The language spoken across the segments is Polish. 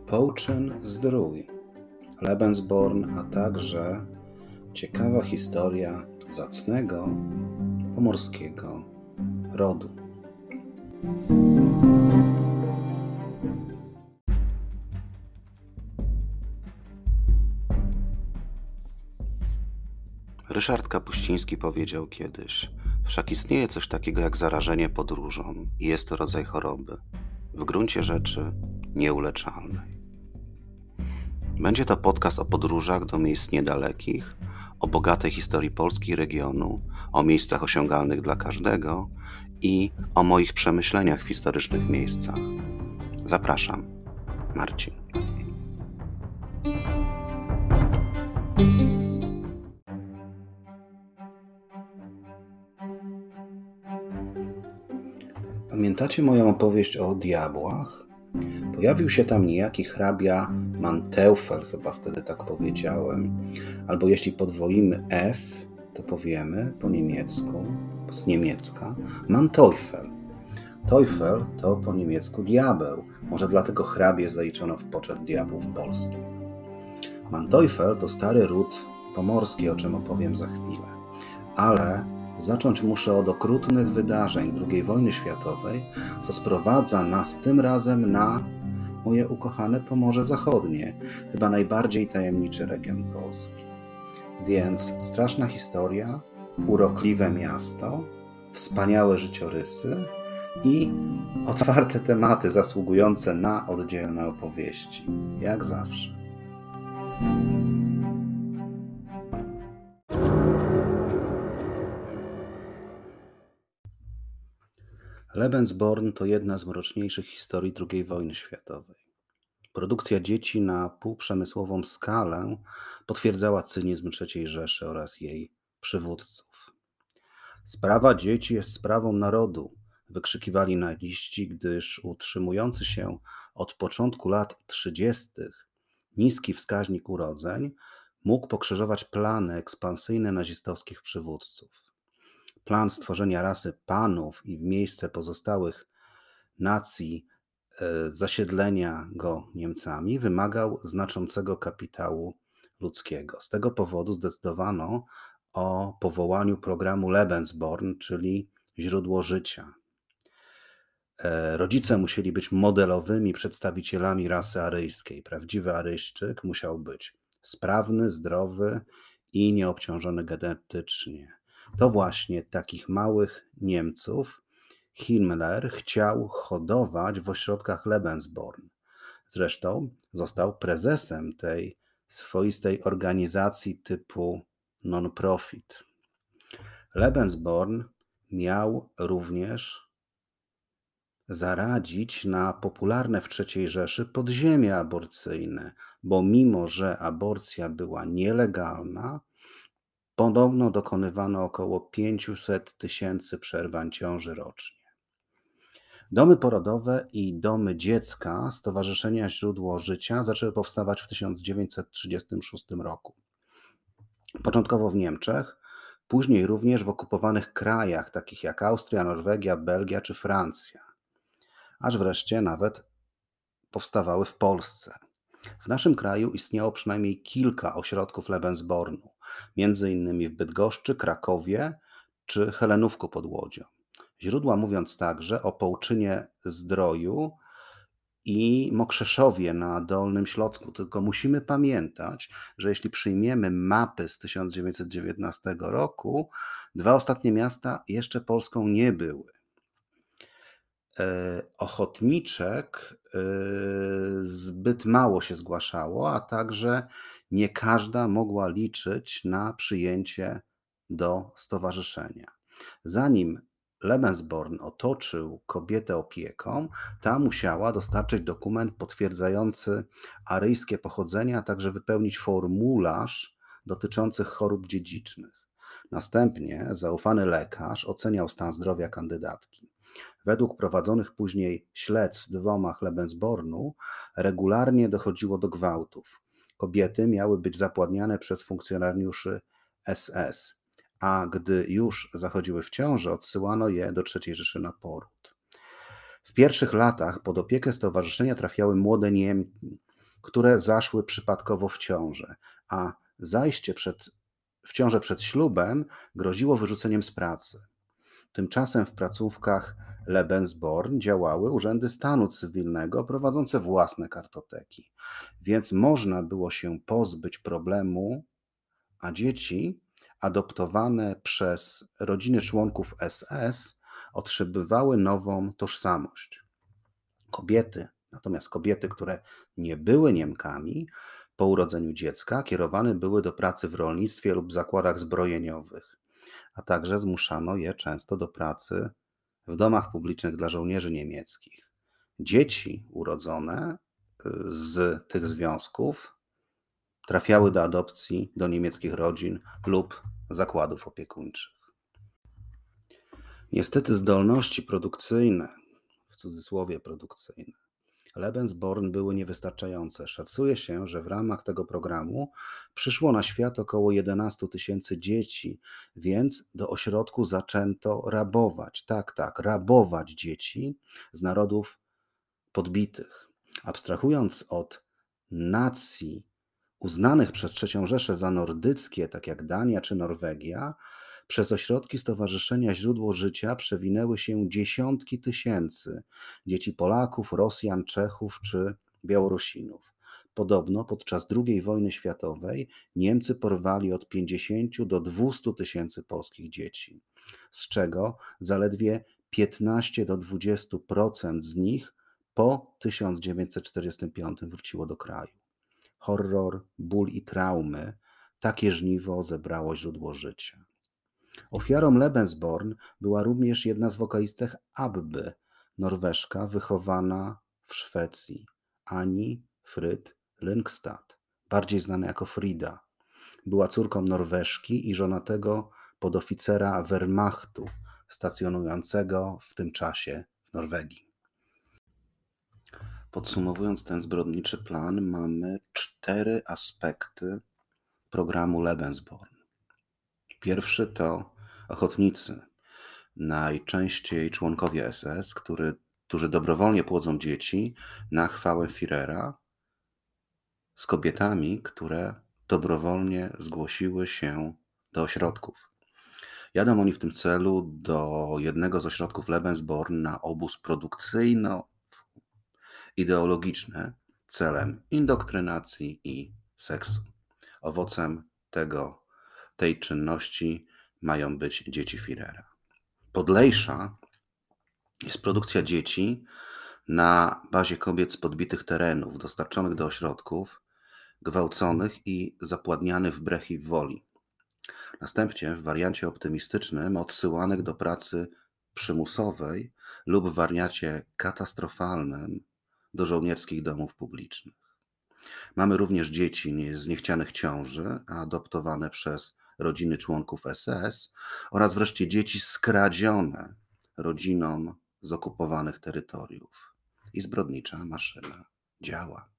Połczyn Zdrój, Lebensborn, a także ciekawa historia zacnego pomorskiego rodu. Ryszard Kapuściński powiedział kiedyś: wszak istnieje coś takiego jak zarażenie podróżą i jest to rodzaj choroby, w gruncie rzeczy nieuleczalnej. Będzie to podcast o podróżach do miejsc niedalekich, o bogatej historii Polski i regionu, o miejscach osiągalnych dla każdego i o moich przemyśleniach w historycznych miejscach. Zapraszam, Marcin. Pamiętacie moją opowieść o diabłach? Pojawił się tam niejaki hrabia Manteuffel, chyba wtedy tak powiedziałem, albo jeśli podwoimy F, to powiemy po niemiecku, z niemiecka, Manteuffel. Teufel to po niemiecku diabeł, może dlatego hrabie zaliczono w poczet diabłów polskich. Manteuffel to stary ród pomorski, o czym opowiem za chwilę, ale zacząć muszę od okrutnych wydarzeń II wojny światowej, co sprowadza nas tym razem na moje ukochane Pomorze Zachodnie, chyba najbardziej tajemniczy region Polski. Więc straszna historia, urokliwe miasto, wspaniałe życiorysy i otwarte tematy zasługujące na oddzielne opowieści, jak zawsze. Lebensborn to jedna z mroczniejszych historii II wojny światowej. Produkcja dzieci na półprzemysłową skalę potwierdzała cynizm III Rzeszy oraz jej przywódców. Sprawa dzieci jest sprawą narodu, wykrzykiwali naziści, gdyż utrzymujący się od początku lat 30. niski wskaźnik urodzeń mógł pokrzyżować plany ekspansyjne nazistowskich przywódców. Plan stworzenia rasy panów i w miejsce pozostałych nacji zasiedlenia go Niemcami wymagał znaczącego kapitału ludzkiego. Z tego powodu zdecydowano o powołaniu programu Lebensborn, czyli źródło życia. Rodzice musieli być modelowymi przedstawicielami rasy aryjskiej. Prawdziwy Aryjszczyk musiał być sprawny, zdrowy i nieobciążony genetycznie. To właśnie takich małych Niemców Himmler chciał hodować w ośrodkach Lebensborn. Zresztą został prezesem tej swoistej organizacji typu non-profit. Lebensborn miał również zaradzić na popularne w III Rzeszy podziemie aborcyjne, bo mimo że aborcja była nielegalna, podobno dokonywano około 500 000 przerwań ciąży rocznie. Domy porodowe i domy dziecka Stowarzyszenia Źródło Życia zaczęły powstawać w 1936 roku. Początkowo w Niemczech, później również w okupowanych krajach, takich jak Austria, Norwegia, Belgia czy Francja. Aż wreszcie nawet powstawały w Polsce. W naszym kraju istniało przynajmniej kilka ośrodków Lebensbornu, między innymi w Bydgoszczy, Krakowie czy Helenówku pod Łodzią. Źródła mówiąc także o Połczynie Zdroju i Mokrzeszowie na Dolnym Śląsku. Tylko musimy pamiętać, że jeśli przyjmiemy mapy z 1919 roku, dwa ostatnie miasta jeszcze Polską nie były. Ochotniczek zbyt mało się zgłaszało, a także nie każda mogła liczyć na przyjęcie do stowarzyszenia. Zanim Lebensborn otoczył kobietę opieką, ta musiała dostarczyć dokument potwierdzający aryjskie pochodzenie, a także wypełnić formularz dotyczący chorób dziedzicznych. Następnie zaufany lekarz oceniał stan zdrowia kandydatki. Według prowadzonych później śledztw w domach Lebensbornu regularnie dochodziło do gwałtów. Kobiety miały być zapładniane przez funkcjonariuszy SS, a gdy już zachodziły w ciążę, odsyłano je do III Rzeszy na poród. W pierwszych latach pod opiekę stowarzyszenia trafiały młode Niemki, które zaszły przypadkowo w ciążę, a zajście w ciążę przed ślubem groziło wyrzuceniem z pracy. Tymczasem w placówkach Lebensborn działały urzędy stanu cywilnego prowadzące własne kartoteki, więc można było się pozbyć problemu, a dzieci adoptowane przez rodziny członków SS otrzymywały nową tożsamość. Natomiast kobiety, które nie były Niemkami, po urodzeniu dziecka kierowane były do pracy w rolnictwie lub zakładach zbrojeniowych, a także zmuszano je często do pracy w domach publicznych dla żołnierzy niemieckich. Dzieci urodzone z tych związków trafiały do adopcji do niemieckich rodzin lub zakładów opiekuńczych. Niestety zdolności produkcyjne, w cudzysłowie produkcyjne, Lebensborn były niewystarczające. Szacuje się, że w ramach tego programu przyszło na świat około 11 000 dzieci, więc do ośrodku zaczęto rabować, rabować dzieci z narodów podbitych. Abstrahując od nacji uznanych przez III Rzeszę za nordyckie, tak jak Dania czy Norwegia, przez ośrodki Stowarzyszenia Źródło Życia przewinęły się dziesiątki tysięcy dzieci Polaków, Rosjan, Czechów czy Białorusinów. Podobno podczas II wojny światowej Niemcy porwali od 50 do 200 tysięcy polskich dzieci, z czego zaledwie 15 do 20% z nich po 1945 wróciło do kraju. Horror, ból i traumy, takie żniwo zebrało Źródło Życia. Ofiarą Lebensborn była również jedna z wokalistek Abby, Norweżka wychowana w Szwecji, Ani Fryd Lyngstad, bardziej znana jako Frida. Była córką Norweżki i żonatego podoficera Wehrmachtu stacjonującego w tym czasie w Norwegii. Podsumowując ten zbrodniczy plan, mamy 4 aspekty programu Lebensborn. Pierwszy to ochotnicy, najczęściej członkowie SS, którzy dobrowolnie płodzą dzieci na chwałę Führera, z kobietami, które dobrowolnie zgłosiły się do ośrodków. Jadą oni w tym celu do jednego z ośrodków Lebensborn na obóz produkcyjno-ideologiczny celem indoktrynacji i seksu. Owocem tej czynności mają być dzieci Führera. Podlejsza jest produkcja dzieci na bazie kobiet z podbitych terenów, dostarczonych do ośrodków, gwałconych i zapładnianych wbrew ich woli. Następnie w wariancie optymistycznym odsyłanych do pracy przymusowej lub w wariancie katastrofalnym do żołnierskich domów publicznych. Mamy również dzieci z niechcianych ciąży, adoptowane przez rodziny członków SS oraz wreszcie dzieci skradzione rodzinom z okupowanych terytoriów. I zbrodnicza maszyna działa.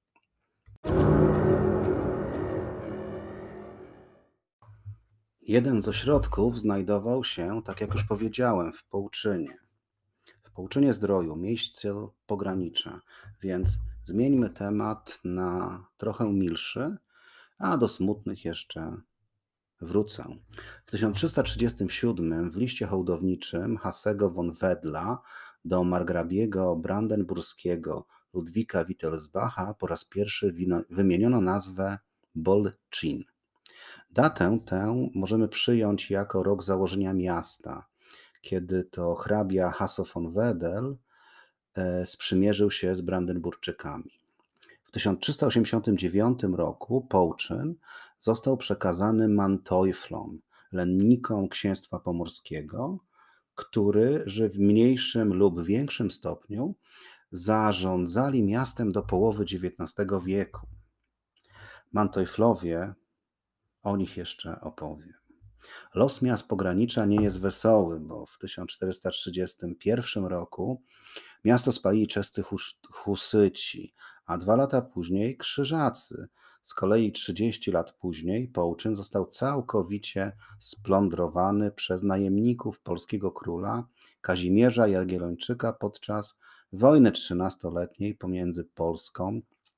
Jeden z ośrodków znajdował się, tak jak już powiedziałem, w Połczynie. W Połczynie-Zdroju, miejsce pogranicza, więc zmieńmy temat na trochę milszy, a do smutnych jeszcze wrócę. W 1337 w liście hołdowniczym Hassego von Wedla do margrabiego brandenburskiego Ludwika Wittelsbacha po raz pierwszy wymieniono nazwę Bolcin. Datę tę możemy przyjąć jako rok założenia miasta, kiedy to hrabia Hasso von Wedel sprzymierzył się z Brandenburczykami. W 1389 roku Połczyn został przekazany Manteuflom, lennikom księstwa pomorskiego, którzy w mniejszym lub większym stopniu zarządzali miastem do połowy XIX wieku. Manteuflowie, o nich jeszcze opowiem. Los miast pogranicza nie jest wesoły, bo w 1431 roku miasto spalili czescy husyci, a 2 lata później Krzyżacy. Z kolei 30 lat później Połczyn został całkowicie splądrowany przez najemników polskiego króla Kazimierza Jagiellończyka podczas wojny 13-letniej pomiędzy Polską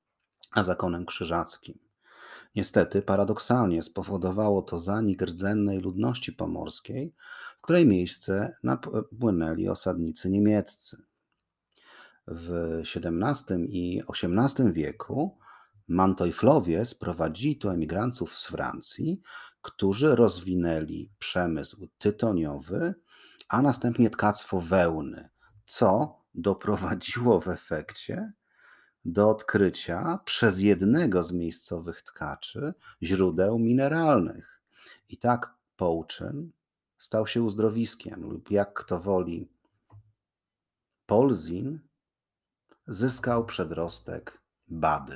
a zakonem krzyżackim. Niestety, paradoksalnie spowodowało to zanik rdzennej ludności pomorskiej, w której miejsce napłynęli osadnicy niemieccy. W XVII i XVIII wieku Mantojflowie sprowadzili tu emigrantów z Francji, którzy rozwinęli przemysł tytoniowy, a następnie tkactwo wełny, co doprowadziło w efekcie do odkrycia przez jednego z miejscowych tkaczy źródeł mineralnych. I tak Połczyn stał się uzdrowiskiem lub, jak kto woli, Polzin zyskał przedrostek Bady.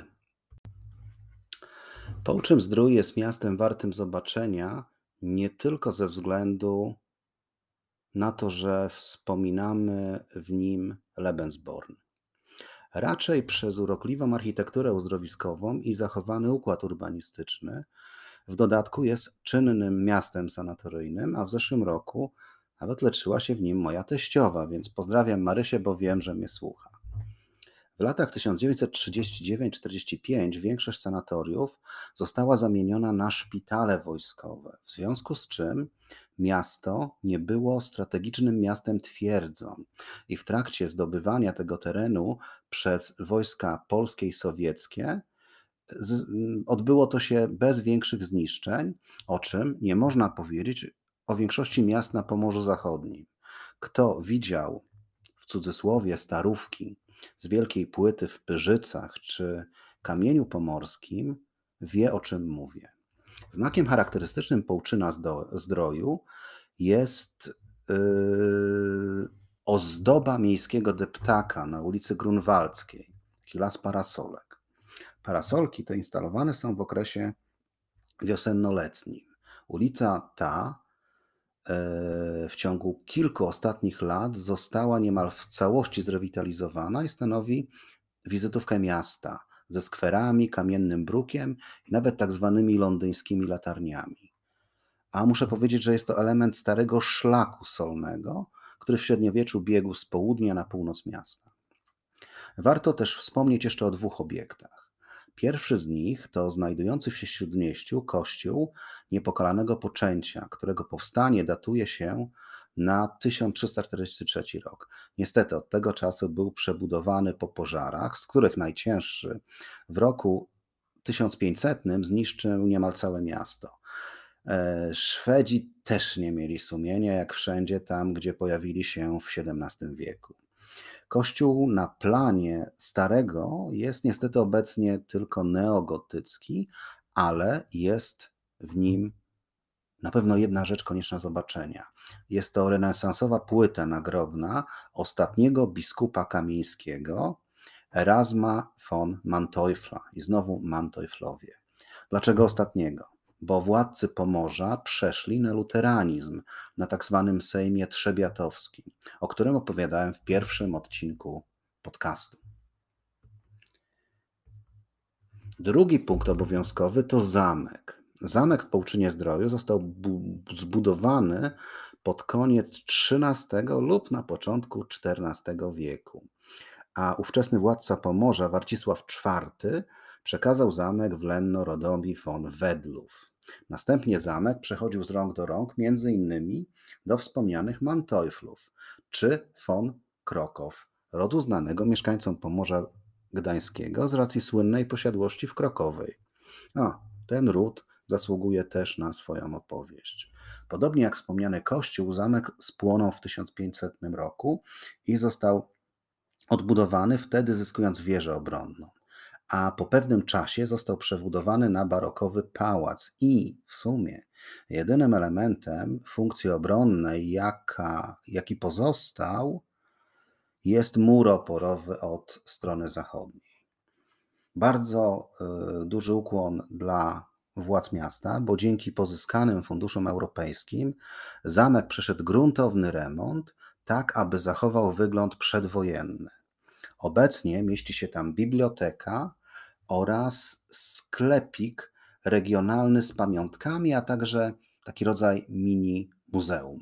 Połczyn-Zdrój jest miastem wartym zobaczenia nie tylko ze względu na to, że wspominamy w nim Lebensborn. Raczej przez urokliwą architekturę uzdrowiskową i zachowany układ urbanistyczny. W dodatku jest czynnym miastem sanatoryjnym, a w zeszłym roku nawet leczyła się w nim moja teściowa, więc pozdrawiam Marysię, bo wiem, że mnie słucha. W latach 1939-45 większość sanatoriów została zamieniona na szpitale wojskowe, w związku z czym miasto nie było strategicznym miastem twierdzą i w trakcie zdobywania tego terenu przez wojska polskie i sowieckie odbyło to się bez większych zniszczeń, o czym nie można powiedzieć o większości miast na Pomorzu Zachodnim. Kto widział, w cudzysłowie, starówki z wielkiej płyty w Pyrzycach czy Kamieniu Pomorskim, wie, o czym mówię. Znakiem charakterystycznym Połczyna-Zdroju jest ozdoba miejskiego deptaka na ulicy Grunwaldzkiej, taki las parasolek. Parasolki te instalowane są w okresie wiosennoletnim. Ulica ta w ciągu kilku ostatnich lat została niemal w całości zrewitalizowana i stanowi wizytówkę miasta ze skwerami, kamiennym brukiem i nawet tak zwanymi londyńskimi latarniami. A muszę powiedzieć, że jest to element starego szlaku solnego, który w średniowieczu biegł z południa na północ miasta. Warto też wspomnieć jeszcze o dwóch obiektach. Pierwszy z nich to znajdujący się w Śródmieściu kościół Niepokalanego Poczęcia, którego powstanie datuje się na 1343 rok. Niestety od tego czasu był przebudowany po pożarach, z których najcięższy w roku 1500 zniszczył niemal całe miasto. Szwedzi też nie mieli sumienia, jak wszędzie tam, gdzie pojawili się w XVII wieku. Kościół na planie starego jest niestety obecnie tylko neogotycki, ale jest w nim na pewno jedna rzecz konieczna zobaczenia. Jest to renesansowa płyta nagrobna ostatniego biskupa kamieńskiego, Erasma von Manteuffla. I znowu Manteuflowie. Dlaczego ostatniego? Bo władcy Pomorza przeszli na luteranizm na tak zwanym Sejmie Trzebiatowskim, o którym opowiadałem w pierwszym odcinku podcastu. Drugi punkt obowiązkowy to zamek. Zamek w Połczynie-Zdroju został zbudowany pod koniec XIII lub na początku XIV wieku, a ówczesny władca Pomorza, Warcisław IV, przekazał zamek w lenno rodowi von Wedlów. Następnie zamek przechodził z rąk do rąk, między innymi do wspomnianych Manteuflów czy von Krokow, rodu znanego mieszkańcom Pomorza Gdańskiego z racji słynnej posiadłości w Krokowej. Ten ród zasługuje też na swoją opowieść. Podobnie jak wspomniany kościół, zamek spłonął w 1500 roku i został odbudowany, wtedy zyskując wieżę obronną. A po pewnym czasie został przebudowany na barokowy pałac i w sumie jedynym elementem funkcji obronnej, jaki pozostał, jest mur oporowy od strony zachodniej. Bardzo duży ukłon dla władz miasta, bo dzięki pozyskanym funduszom europejskim zamek przeszedł gruntowny remont, tak aby zachował wygląd przedwojenny. Obecnie mieści się tam biblioteka oraz sklepik regionalny z pamiątkami, a także taki rodzaj mini muzeum.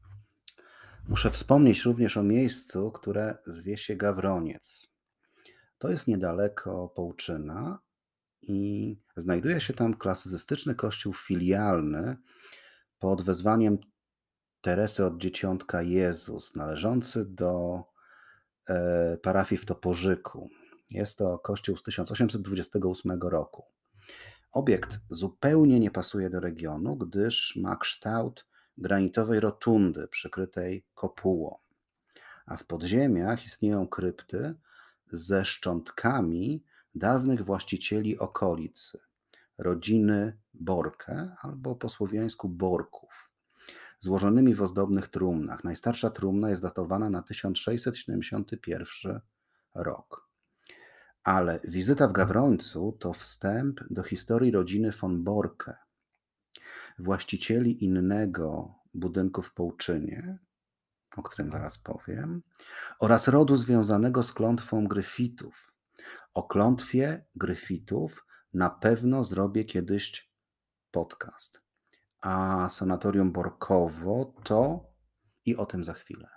Muszę wspomnieć również o miejscu, które zwie się Gawroniec. To jest niedaleko Połczyna i znajduje się tam klasycystyczny kościół filialny pod wezwaniem Teresy od Dzieciątka Jezus, należący do parafii w Toporzyku. Jest to kościół z 1828 roku. Obiekt zupełnie nie pasuje do regionu, gdyż ma kształt granitowej rotundy przykrytej kopułą, a w podziemiach istnieją krypty ze szczątkami dawnych właścicieli okolicy, rodziny Borke albo po słowiańsku Borków, złożonymi w ozdobnych trumnach. Najstarsza trumna jest datowana na 1671 rok. Ale wizyta w Gawrońcu to wstęp do historii rodziny von Borke, właścicieli innego budynku w Połczynie, o którym zaraz powiem, oraz rodu związanego z klątwą Gryfitów. O klątwie Gryfitów na pewno zrobię kiedyś podcast. A sanatorium Borkowo to i o tym za chwilę.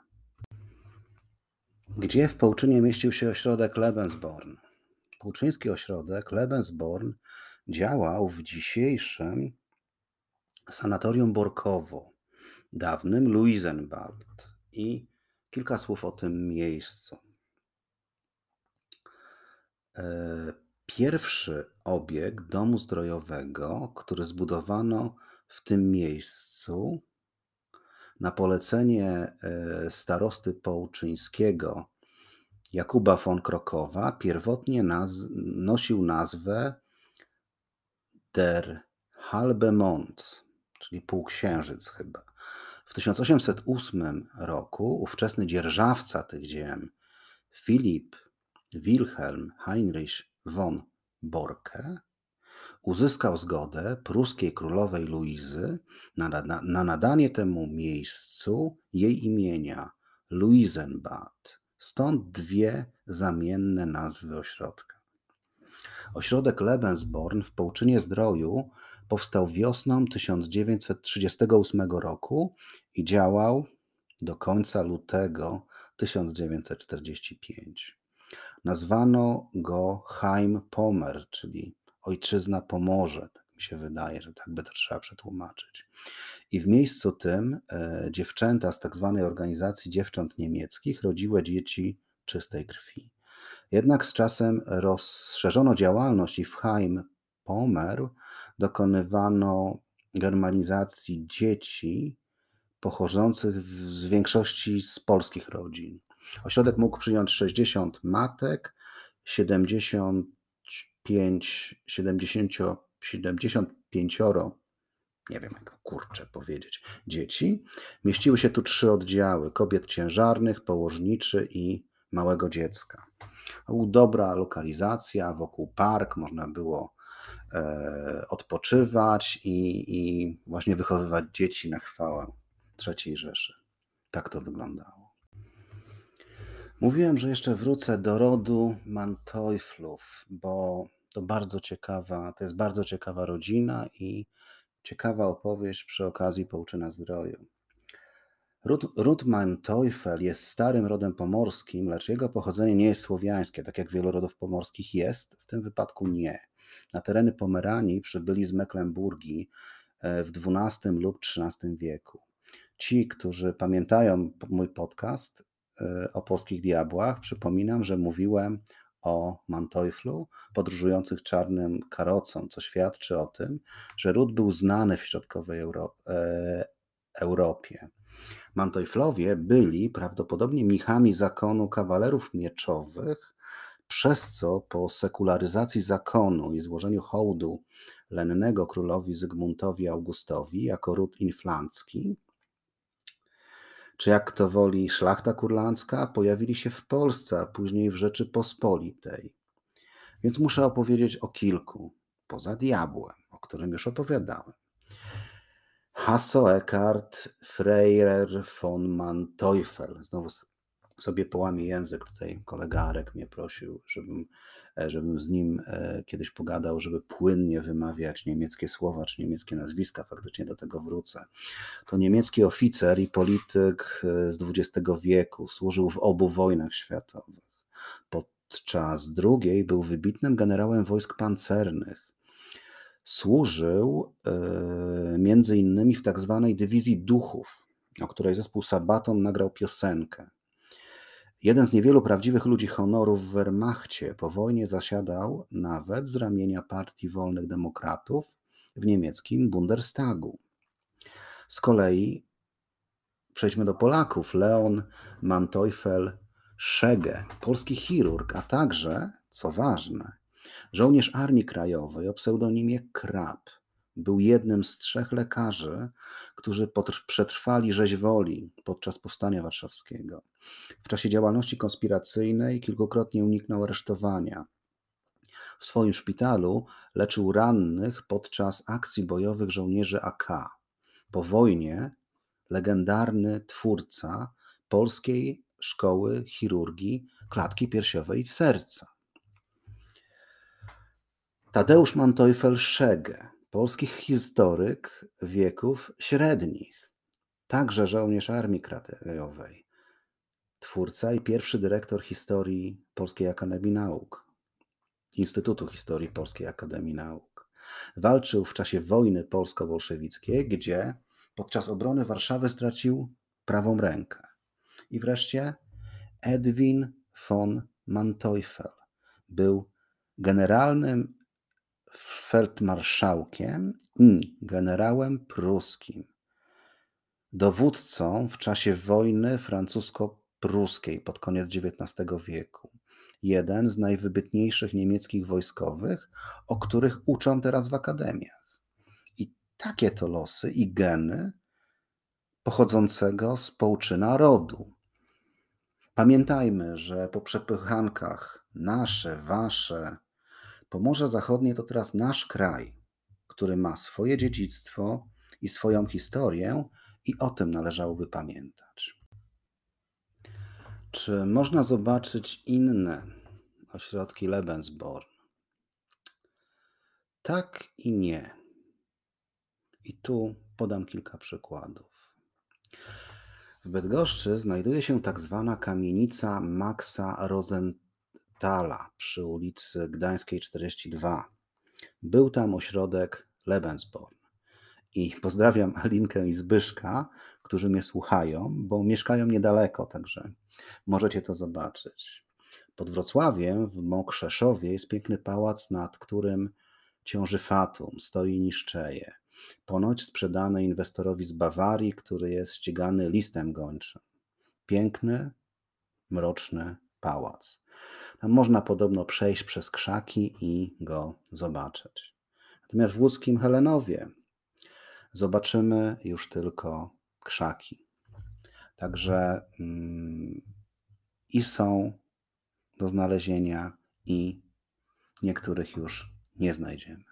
Gdzie w Połczynie mieścił się ośrodek Lebensborn? Połczyński ośrodek Lebensborn działał w dzisiejszym sanatorium Borkowo, dawnym Luisenbad, i kilka słów o tym miejscu. Pierwszy obiekt domu zdrojowego, który zbudowano w tym miejscu na polecenie starosty połczyńskiego Jakuba von Krokowa, pierwotnie nosił nazwę Der halbe Mond, czyli półksiężyc chyba. W 1808 roku ówczesny dzierżawca tych ziem, Philipp Wilhelm Heinrich von Borke, uzyskał zgodę pruskiej królowej Luizy na nadanie temu miejscu jej imienia Luisenbad. Stąd dwie zamienne nazwy ośrodka. Ośrodek Lebensborn w Połczynie-Zdroju powstał wiosną 1938 roku i działał do końca lutego 1945. Nazwano go Heim Pomer, czyli Ojczyzna Pomorze. Tak mi się wydaje, że tak by to trzeba przetłumaczyć. I w miejscu tym dziewczęta z tak zwanej organizacji dziewcząt niemieckich rodziły dzieci czystej krwi. Jednak z czasem rozszerzono działalność i w Heim Pomer dokonywano germanizacji dzieci pochodzących z większości z polskich rodzin. Ośrodek mógł przyjąć 60 matek, 75, nie wiem jak kurczę powiedzieć, dzieci. Mieściły się tu 3 oddziały: kobiet ciężarnych, położniczy i małego dziecka. Dobra lokalizacja, wokół park, można było odpoczywać i właśnie wychowywać dzieci na chwałę III Rzeszy. Tak to wyglądało. Mówiłem, że jeszcze wrócę do rodu Manteufflów, bo to jest bardzo ciekawa rodzina i ciekawa opowieść przy okazji Połczyna-Zdroju. Ród Manteuffel jest starym rodem pomorskim, lecz jego pochodzenie nie jest słowiańskie, tak jak wielu rodów pomorskich jest, w tym wypadku nie. Na tereny Pomeranii przybyli z Mecklenburgii w XII lub XIII wieku. Ci, którzy pamiętają mój podcast o polskich diabłach, przypominam, że mówiłem o Manteufflu podróżujących czarnym karocą, co świadczy o tym, że ród był znany w środkowej Europie. Manteufflowie byli prawdopodobnie mnichami zakonu kawalerów mieczowych, przez co po sekularyzacji zakonu i złożeniu hołdu lennego królowi Zygmuntowi Augustowi jako ród inflancki, czy jak kto woli szlachta kurlandzka, pojawili się w Polsce, a później w Rzeczypospolitej. Więc muszę opowiedzieć o kilku, poza diabłem, o którym już opowiadałem. Hasso Eckhard Freirer von Manteuffel. Znowu sobie połamię język. Tutaj kolega Arek mnie prosił, żebym z nim kiedyś pogadał, żeby płynnie wymawiać niemieckie słowa czy niemieckie nazwiska. Faktycznie do tego wrócę. To niemiecki oficer i polityk z XX wieku. Służył w obu wojnach światowych. Po podczas II był wybitnym generałem wojsk pancernych. Służył między innymi w tak zwanej dywizji duchów, o której zespół Sabaton nagrał piosenkę. Jeden z niewielu prawdziwych ludzi honoru w Wehrmachcie po wojnie zasiadał nawet z ramienia Partii Wolnych Demokratów w niemieckim Bundestagu. Z kolei przejdźmy do Polaków. Leon Manteuffel-Szegę, polski chirurg, a także, co ważne, żołnierz Armii Krajowej o pseudonimie Krab. Był jednym z 3 lekarzy, którzy przetrwali rzeź woli podczas Powstania Warszawskiego. W czasie działalności konspiracyjnej kilkukrotnie uniknął aresztowania. W swoim szpitalu leczył rannych podczas akcji bojowych żołnierzy AK. Po wojnie legendarny twórca Polskiej Szkoły Chirurgii Klatki Piersiowej i Serca. Tadeusz Manteuffel-Szegę, polski historyk wieków średnich, także żołnierz Armii Krajowej, twórca i pierwszy dyrektor historii Polskiej Akademii Nauk, Instytutu Historii Polskiej Akademii Nauk. Walczył w czasie wojny polsko-bolszewickiej, gdzie podczas obrony Warszawy stracił prawą rękę. I wreszcie Edwin von Manteuffel był generalnym feldmarszałkiem i generałem pruskim, dowódcą w czasie wojny francusko-pruskiej pod koniec XIX wieku. Jeden z najwybitniejszych niemieckich wojskowych, o których uczą teraz w akademiach. I takie to losy i geny pochodzącego z Połczyna rodu. Pamiętajmy, że po przepychankach nasze, wasze, Pomorze Zachodnie to teraz nasz kraj, który ma swoje dziedzictwo i swoją historię i o tym należałoby pamiętać. Czy można zobaczyć inne ośrodki Lebensborn? Tak i nie. I tu podam kilka przykładów. W Bydgoszczy znajduje się tak zwana kamienica Maxa Rosenthala przy ulicy Gdańskiej 42. Był tam ośrodek Lebensborn. I pozdrawiam Alinkę i Zbyszka, którzy mnie słuchają, bo mieszkają niedaleko, także możecie to zobaczyć. Pod Wrocławiem w Mokrzeszowie jest piękny pałac, nad którym ciąży fatum, stoi i niszczeje. Ponoć sprzedany inwestorowi z Bawarii, który jest ścigany listem gończym. Piękny, mroczny pałac. Tam można podobno przejść przez krzaki i go zobaczyć. Natomiast w łódzkim Helenowie zobaczymy już tylko krzaki. Także i są do znalezienia, i niektórych już nie znajdziemy.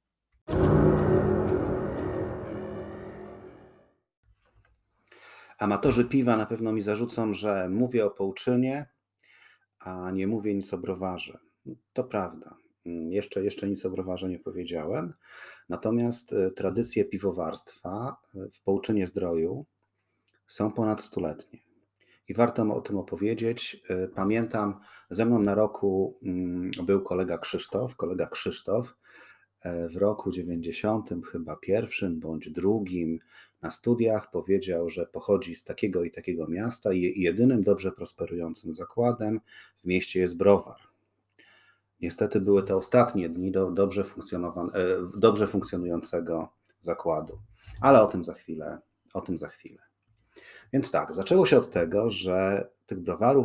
Amatorzy piwa na pewno mi zarzucą, że mówię o Połczynie, a nie mówię nic o browarze. To prawda. Jeszcze nic o browarze nie powiedziałem. Natomiast tradycje piwowarstwa w Połczynie-Zdroju są ponad stuletnie. I warto o tym opowiedzieć. Pamiętam, ze mną na roku był kolega Krzysztof w roku 90, chyba pierwszym bądź drugim na studiach powiedział, że pochodzi z takiego i takiego miasta i jedynym dobrze prosperującym zakładem w mieście jest browar. Niestety były to ostatnie dni dobrze funkcjonującego zakładu, ale o tym za chwilę. Więc tak, zaczęło się od tego, że tych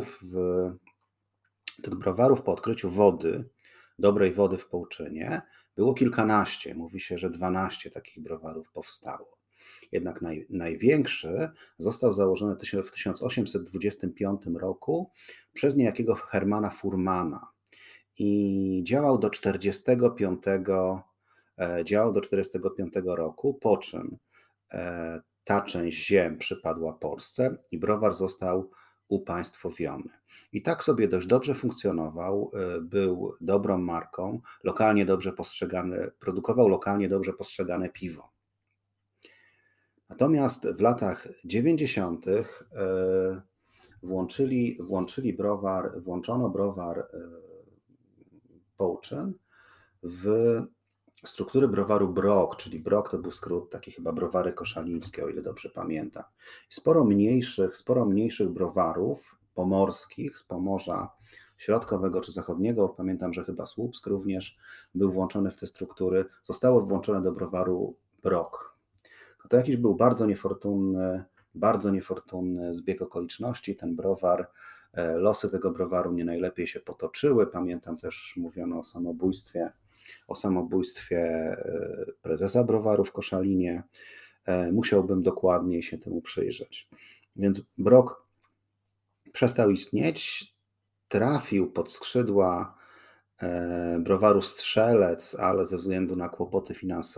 browarów po odkryciu dobrej wody w Połczynie było kilkanaście. Mówi się, że 12 takich browarów powstało. Jednak największy został założony w 1825 roku przez niejakiego Hermana Furmana i działał do 1945 roku, po czym ta część ziem przypadła Polsce i browar został upaństwowiony. I tak sobie dość dobrze funkcjonował, był dobrą marką, produkował lokalnie dobrze postrzegane piwo. Natomiast w latach 90. włączono browar Połczyn w struktury browaru Brok, czyli Brok to był skrót taki chyba browary koszalińskie, o ile dobrze pamiętam. Sporo mniejszych browarów pomorskich z Pomorza Środkowego czy Zachodniego, pamiętam, że chyba Słupsk również był włączony w te struktury, zostało włączone do browaru Brok. To jakiś był bardzo niefortunny zbieg okoliczności. Ten browar, losy tego browaru nie najlepiej się potoczyły. Pamiętam też mówiono o samobójstwie prezesa browaru w Koszalinie. Musiałbym dokładniej się temu przyjrzeć. Więc Brok przestał istnieć, trafił pod skrzydła browaru Strzelec, ale ze względu na kłopoty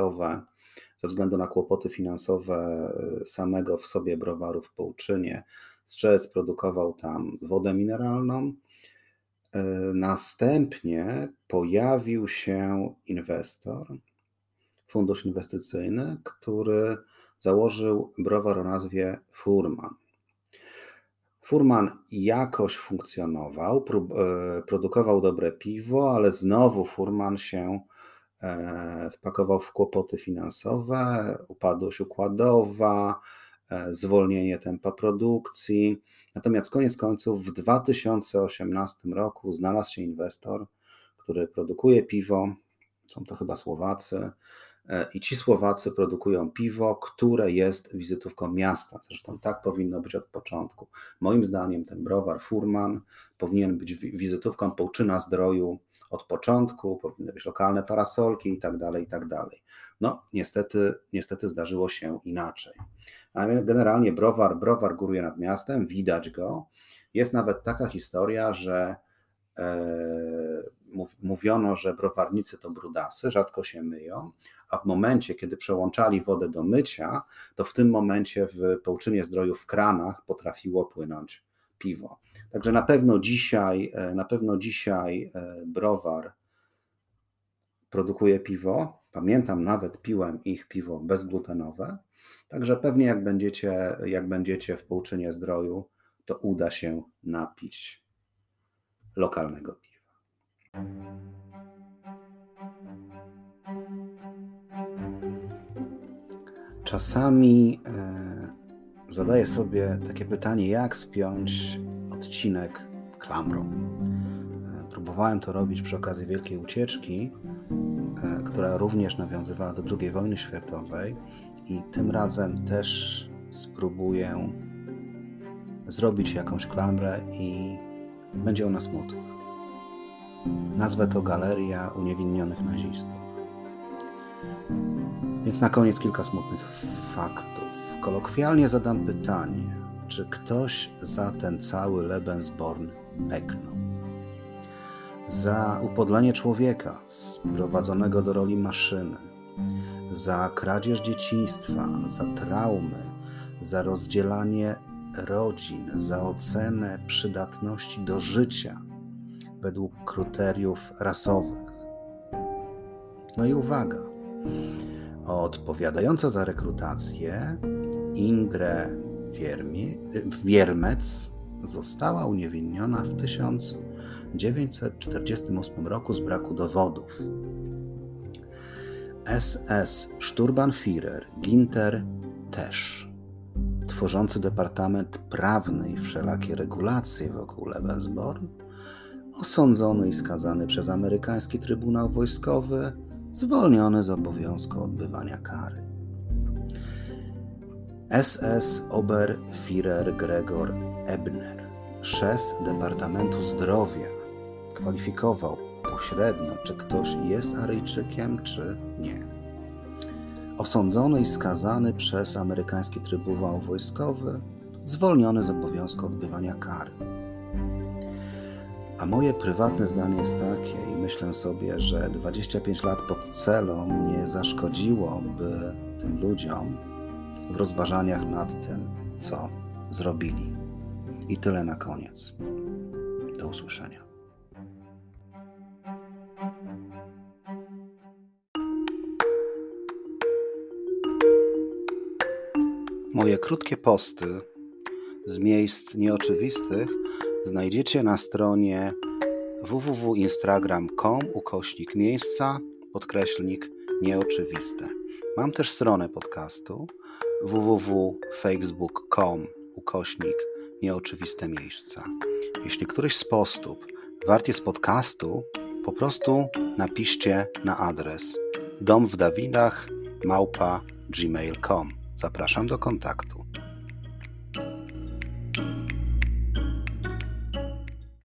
finansowe samego w sobie browaru w Połczynie, Strzelec produkował tam wodę mineralną. Następnie pojawił się inwestor, fundusz inwestycyjny, który założył browar o nazwie Furman. Furman jakoś funkcjonował, produkował dobre piwo, ale znowu Furman się wpakował w kłopoty finansowe, upadłość układowa, zwolnienie tempa produkcji. Natomiast koniec końców w 2018 roku znalazł się inwestor, który produkuje piwo, są to chyba Słowacy, i ci Słowacy produkują piwo, które jest wizytówką miasta. Zresztą tak powinno być od początku. Moim zdaniem ten browar Furman powinien być wizytówką Połczyna-Zdroju od początku, powinny być lokalne parasolki i tak dalej. No niestety zdarzyło się inaczej. A generalnie browar góruje nad miastem, widać go. Jest nawet taka historia, że mówiono, że browarnicy to brudasy, rzadko się myją, a w momencie, kiedy przełączali wodę do mycia, to w tym momencie w Połczynie-Zdroju w kranach potrafiło płynąć piwo. Także na pewno dzisiaj browar produkuje piwo. Pamiętam, nawet piłem ich piwo bezglutenowe. Także pewnie jak będziecie w Połczynie-Zdroju, to uda się napić lokalnego piwa. Czasami zadaję sobie takie pytanie, jak spiąć odcinek klamrą. Próbowałem to robić przy okazji Wielkiej Ucieczki, która również nawiązywała do II wojny światowej, i tym razem też spróbuję zrobić jakąś klamrę i będzie ona smutna. Nazwę to Galeria Uniewinnionych Nazistów. Więc na koniec kilka smutnych faktów. Kolokwialnie zadam pytanie, czy ktoś za ten cały Lebensborn peknął? Za upodlenie człowieka sprowadzonego do roli maszyny, za kradzież dzieciństwa, za traumy, za rozdzielanie rodzin, za ocenę przydatności do życia według kryteriów rasowych. No i uwaga, odpowiadająca za rekrutację Ingre Wiermec została uniewinniona w 1948 roku z braku dowodów. SS Sturmbannführer Ginter też, tworzący Departament Prawny i wszelakie regulacje wokół Lebensborn, osądzony i skazany przez amerykański Trybunał Wojskowy, zwolniony z obowiązku odbywania kary. SS Oberführer Gregor Ebner, szef Departamentu Zdrowia, kwalifikował pośrednio, czy ktoś jest Aryjczykiem, czy nie. Osądzony i skazany przez amerykański Trybunał Wojskowy, zwolniony z obowiązku odbywania kary. A moje prywatne zdanie jest takie, i myślę sobie, że 25 lat pod celą nie zaszkodziłoby tym ludziom w rozważaniach nad tym, co zrobili. I tyle na koniec. Do usłyszenia. Moje krótkie posty z miejsc nieoczywistych znajdziecie na stronie www.instagram.com/miejsca_nieoczywiste. Mam też stronę podcastu www.facebook.com/nieoczywiste miejsca. Jeśli któryś z postów wart jest podcastu, po prostu napiszcie na adres domwdawidach@gmail.com. Zapraszam do kontaktu.